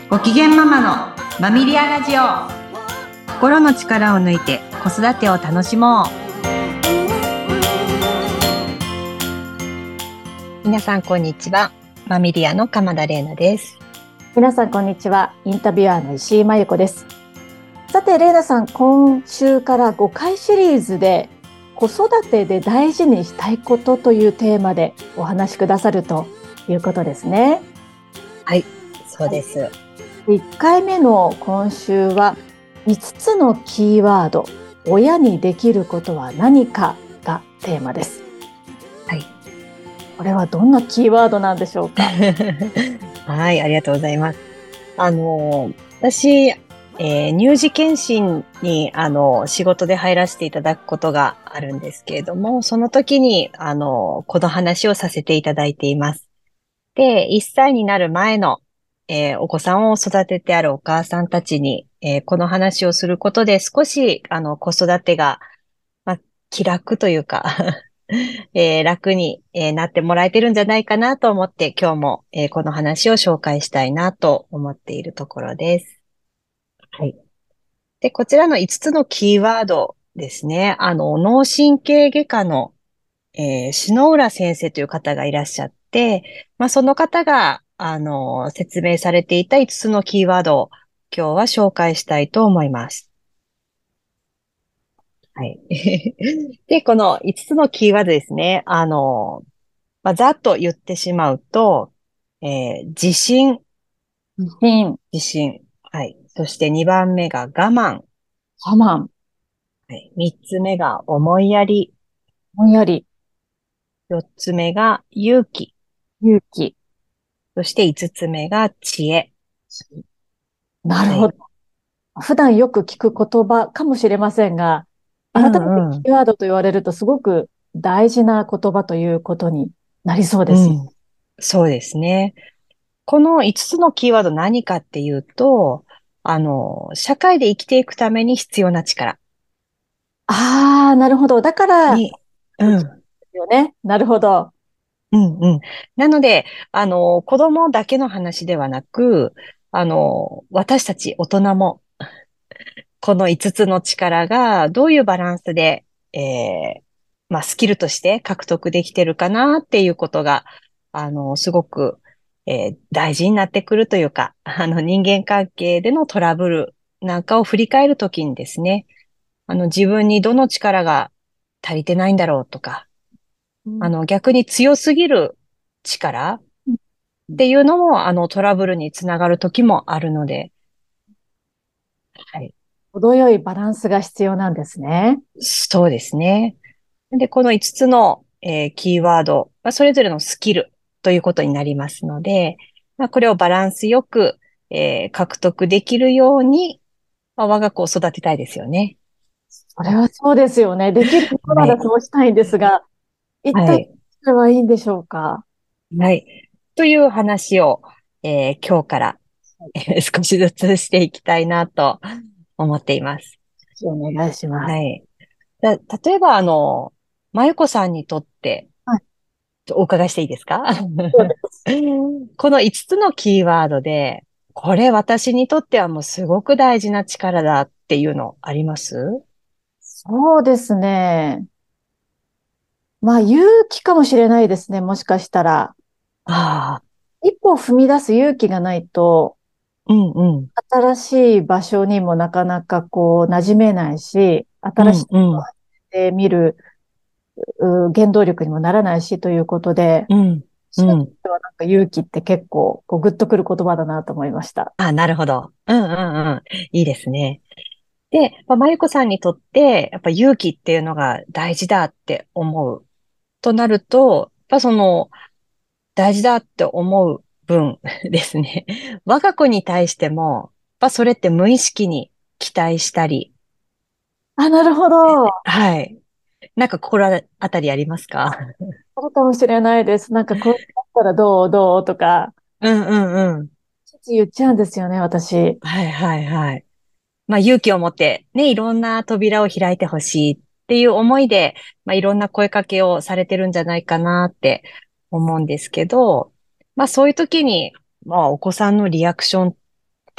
ご機嫌ママのマミリアラジオ。心の力を抜いて子育てを楽しもう。皆さんこんにちは。マミリアの鎌田玲奈です。 皆さんこんにちは。インタビュアーの石井真由子です。さて玲奈さん、今週から5回シリーズで子育てで大事にしたいことというテーマでお話しくださるということですね。 はい、そうです。 1回目の今週は5つのキーワード、親にできることは何かがテーマです。 はい。 これはどんなキーワードなんでしょうか？ はい、ありがとうございます。私、乳児健診に、仕事で入らせていただくことがあるんですけれども、その時に、この話をさせていただいています。で、1歳になる前の、お子さんを育ててあるお母さんたちに、この話をすることで少し、子育てが、まあ、気楽というか楽に、なってもらえてるんじゃないかなと思って、今日も、この話を紹介したいなと思っているところです。はい。で、こちらの5つのキーワードですね。脳神経外科の、篠浦先生という方がいらっしゃって、その方が、説明されていた5つのキーワードを今日は紹介したいと思います。はい。で、この5つのキーワードですね。ざっと言ってしまうと、自信、自信。はい。そして2番目が我慢。 我慢、 はい。3つ目が思いやり。 ぼんやり、 4つ目が勇気。 勇気。 そして5つ目が知恵。 なるはい。 ほど。普段よく聞く言葉かもしれませんが、 う改めてんうん。 キーワードと言われるとすごく大事な言葉ということになりそうですね。 うん。そうですね。この5つのキーワード何かっていうと、社会で生きていくために必要な力ああ、なるほど。だから、でに、うん、 すよね。なるほど。 うんうん。なので、子供だけの話ではなく、私たち大人も、この5つの力がどういうバランスで、スキルとして獲得できてるかなっていうことが、すごく、大事になってくるというか、人間関係でのトラブルなんかを振り返るときにですね、自分にどの力が足りてないんだろうとか、 うん、 逆に強すぎる力っていうのも、トラブルにつながるときもあるので、はい。 程よいバランスが必要なんですね。 そうですね。で、この5つの、キーワード、それぞれのスキルということになりますので、これをバランスよく、獲得できるように、我が子を育てたいですよね。 それはそうですよね。できることならはい。 そうしたいんですが、一体はい。 それはいいんでしょうか？ はい。という話を、今日から、少しずつしていきたいなと思っています。 お願いします。 はい。例えば、まゆこさんにとって、 はい、 お伺いしていいですか？ そうです。 この5つのキーワードで、これ私にとってはもうすごく大事な力だっていうのあります？ そうですね。勇気かもしれないですね。もしかしたら。 ああ、 一歩踏み出す勇気がないと、 うんうん、 新しい場所にもなかなか馴染めないし、新しいうんうん、 ことを見る原動力にもならないしということで、 うん、うそういう意味ん。 ではなんか勇気って結構グッとくる言葉だなと思いました。 あ、なるほど。うんうんうん。いいですね。で、まゆこさんにとって、やっぱ勇気っていうのが大事だって思うとなると、やっぱその大事だって思う分ですね。我が子に対しても、やっぱそれって無意識に期待したり、 あ、なるほど。 はい。なんか心当たりありますか？ そうかもしれないです。なんかこうだったらどうとか、 うんうんうん。 ついつい言っちゃうんですよね、私。 はいはいはい。勇気を持ってね、いろんな扉を開いてほしいっていう思いで、いろんな声かけをされてるんじゃないかなって思うんですけど、そういう時に、お子さんのリアクションっ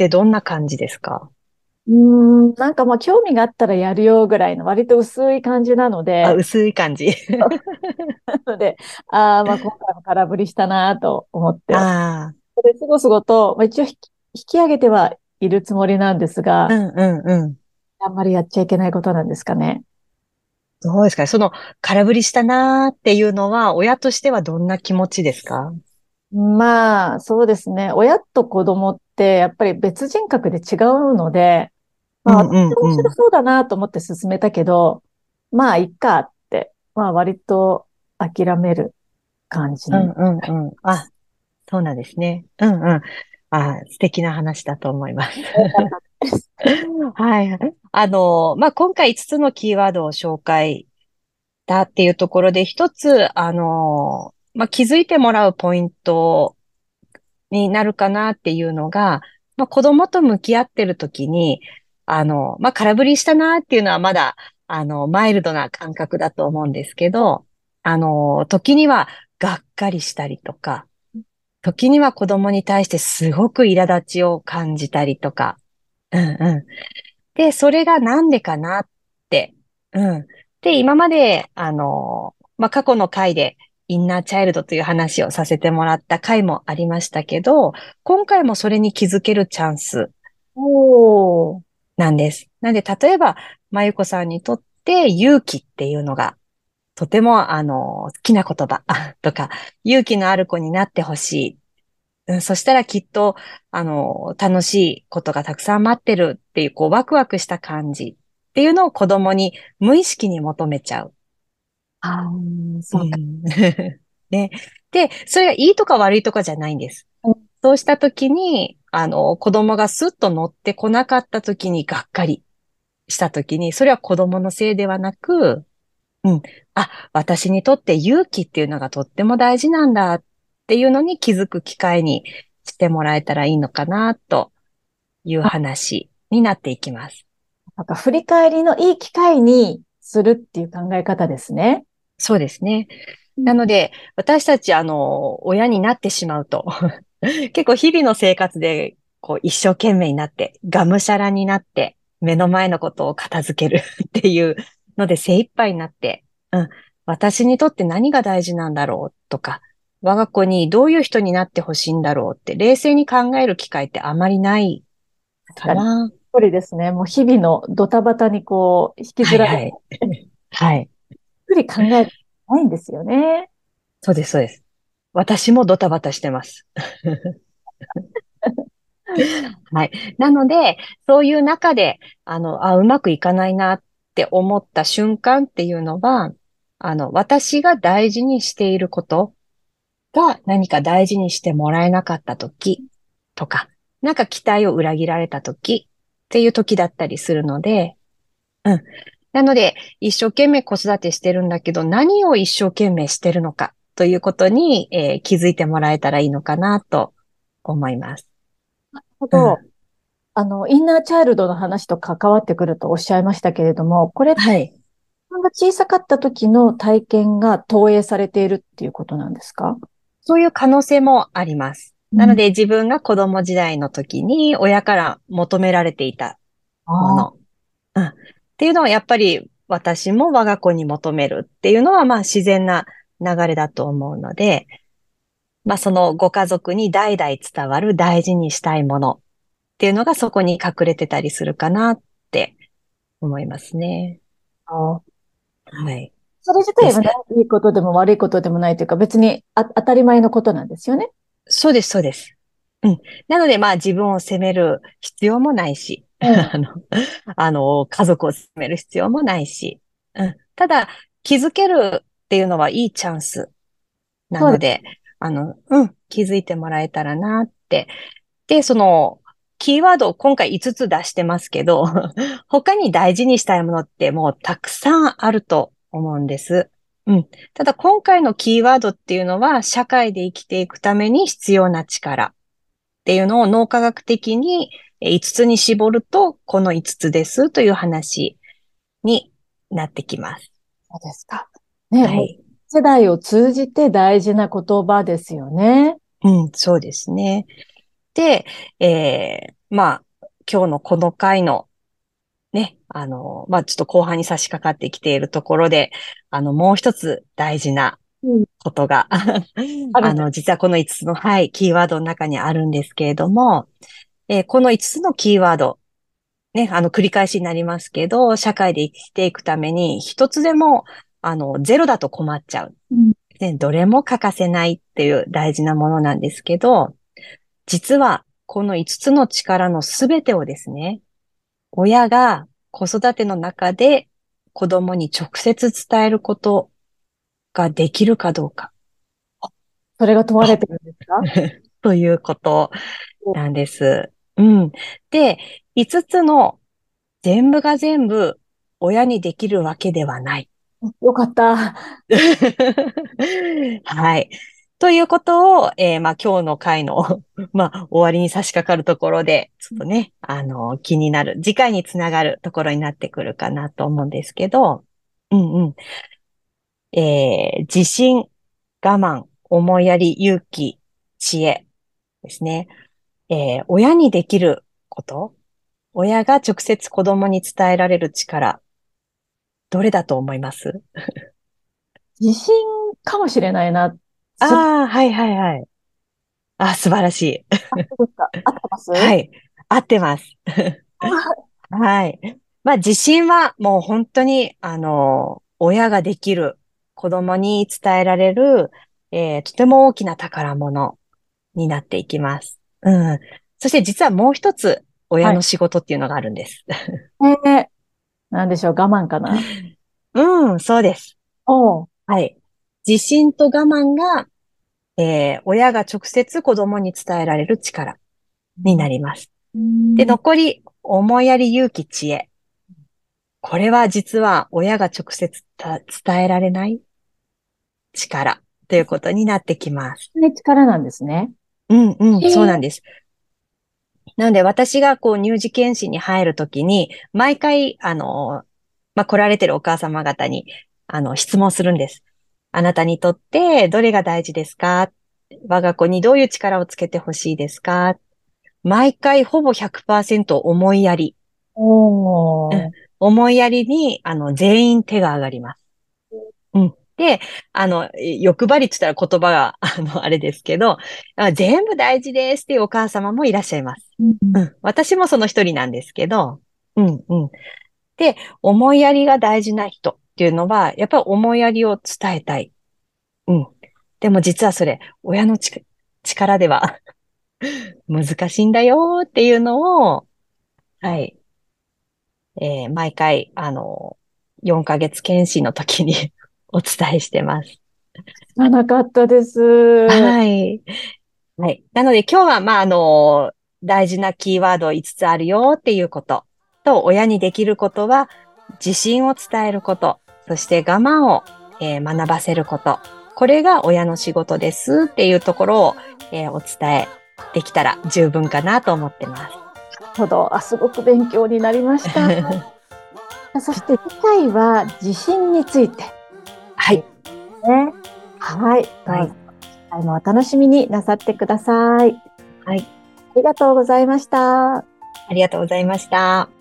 ってどんな感じですか？ なんかまあ興味があったらやるよぐらいの割と薄い感じなのあ、 で、 薄い感じ。 ので、ああ、まあ今回も空振りしたなと思って、 あすごすごと、まあ、一応引き上げてはいるつもりなんですあ、 が、 うんうんうん。 あんまりやっちゃいけないことなんですかね。 どうですかね。その、空振りしたなーっていうのは、親としてはどんな気持ちですか？ まあ、そうですね。親と子供ってやっぱり別人格で違うので、まあうん私うんうん。 面白そうだなと思って進めたけど、まあ、いっかって、まあ割と諦める感じに。 うんうんうん。あ、そうなんですね。うんうん。あ、素敵な話だと思います。はい。まあ、今回5つのキーワードを紹介だっていうところで、一つ、まあ、気づいてもらうポイントになるかなっていうのが、まあ、子供と向き合ってる時に、まあ、空振りしたなっていうのはまだ、マイルドな感覚だと思うんですけど、時にはがっかりしたりとか、時には子供に対してすごく苛立ちを感じたりとか、うんうん。で、それがなんでかなって、うん。で、今まで、まあ、過去の回でインナーチャイルドという話をさせてもらった回もありましたけど、今回もそれに気づけるチャンスおー。 なんです。なんで、例えば、まゆこさんにとって勇気っていうのがとても、好きな言葉とか、勇気のある子になってほしい。そしたらきっと、楽しいことがたくさん待ってるっていう、こう、ワクワクした感じっていうのを子供に無意識に求めちゃう。 ああ、そうか。 うん。ね。で、それがいいとか悪いとかじゃないんです。そうしたときに、子供がスッと乗ってこなかったときにがっかりしたときに、それは子供のせいではなく、うん。あ、私にとって勇気っていうのがとっても大事なんだっていうのに気づく機会にしてもらえたらいいのかなというあ、 話になっていきます。 なんか振り返りのいい機会にするっていう考え方ですね。 そうですね。 うん。 なので、私たち、親になってしまうと結構日々の生活で、こう、一生懸命になって、がむしゃらになって、目の前のことを片付けるっていうので精一杯になって、うん、私にとって何が大事なんだろうとか、我が子にどういう人になってほしいんだろうって冷静に考える機会ってあまりない確かに。 かな。 一人ですね。もう日々のドタバタにこう、引きずられて、 はいはい。はい。 ゆっくり考えてないんですよね。 そうです、そうです。私もドタバタしてます。はい。なので、そういう中で、うまくいかないなって思った瞬間っていうのは、私が大事にしていることが何か大事にしてもらえなかった時とか、なんか期待を裏切られた時っていう時だったりするので、うん。なので、一生懸命子育てしてるんだけど、何を一生懸命してるのかということに、気づいてもらえたらいいのかなと思います。 ほど。 うん。 インナーチャイルドの話と関わってくるとおっしゃいましたけれども、これ、自はい。 分が小さかった時の体験が投影されているっていうことなんですか？ そういう可能性もあります。 うん。 なので自分が子供時代の時に親から求められていたもああ、 の、うん、っていうのはやっぱり私も我が子に求めるっていうのはまあ自然な流れだと思うので、まあそのご家族に代々伝わる大事にしたいものっていうのがそこに隠れてたりするかなって思いますね。 ああ、 はい。 それ自です。 体はね、いいことでも悪いことでもないというか、別に当たり前のことなんですよね。 そうです、そうです。うん。なので、まあ自分を責める必要もないし、 うん。 家族を責める必要もないし、うん。ただ、気づけるっていうのはいいチャンスなそうです。 ので、気づいてもらえたらなって。で、その、キーワードを今回5つ出してますけど、他に大事にしたいものってもうたくさんあると思うんです。うん。ただ今回のキーワードっていうのは社会で生きていくために必要な力っていうのを脳科学的に5つに絞るとこの5つですという話になってきます。 そうですか。ね、もう、 はい。 世代を通じて大事な言葉ですよね。 うん、そうですね。で、 まあ、今日のこの回のね、ちょっと後半に差し掛かってきているところで、もう一つ大事なうん、 ことがあるんです。 実はこの5つの、はい、キーワードの中にあるんですけれども、この5つのキーワード、ね、繰り返しになりますけど、社会で生きていくために、一つでも、ゼロだと困っちゃう。 うん、 ね、どれも欠かせないっていう大事なものなんですけど、実は、この5つの力のすべてをですね、親が子育ての中で子供に直接伝えることができるかどうか。 それが問われてるんですか？ ということお、 なんです。うん。で、5つの全部が全部親にできるわけではない。 よかった。 はい。ということを、今日の回の終わりに差し掛かるところで、ちょっとね、気になる、次回につながるところになってくるかなと思うんですけど、うんうん。自信、我慢、思いやり、勇気、知恵ですね。親にできること、親が直接子供に伝えられる力、どれだと思います？ 自信かもしれないな。すごく、 ああー、はいはいはい。あ、素晴らしい。 あ、そうですか。合ってます？ はい。合ってます。はい。自信はもう本当に、親ができる、子供に伝えられる、とても大きな宝物になっていきます。うん。そして実はもう一つ、親はい。 の仕事っていうのがあるんです。 えー、なんでしょう、我慢かな。 うん、そうです。 おう。 はい。自信と我慢が、親が直接子供に伝えられる力になります。 うで、 ん、 残り、思いやり、勇気、知恵。これは実は親が直接伝えられない力ということになってきます。 ね、力なんですね。 うんうん、 へえ。 そうなんです。なので私がこう乳児検診に入るときに、毎回、来られてるお母様方に、質問するんです。あなたにとってどれが大事ですか？我が子にどういう力をつけてほしいですか？毎回ほぼ100%思いやり。うん、 おー。 思いやりに、全員手が上がります。うん。で、欲張りって言ったら言葉が、あれですけど、全部大事ですっていうお母様もいらっしゃいます。 うん、 うん。私もその一人なんですけど、うんうん。で、思いやりが大事な人っていうのは、やっぱり思いやりを伝えたい。うん。でも実はそれ、親の力では難しいんだよっていうのを、はい。毎回、4ヶ月検診の時にお伝えしてます。 知らなかったです。 はい。はい。なので今日は、大事なキーワード5つあるよっていうことと、親にできることは、自信を伝えること、そして我慢を、学ばせること。これが親の仕事ですっていうところを、お伝えできたら十分かなと思ってます。 ほど、あ、すごく勉強になりました。そして次回は地震についてはい。 ね。はい。どうぞ、 はい。 次回もお楽しみになさってください。あはい。 りがとうございました。 ありがとうございました。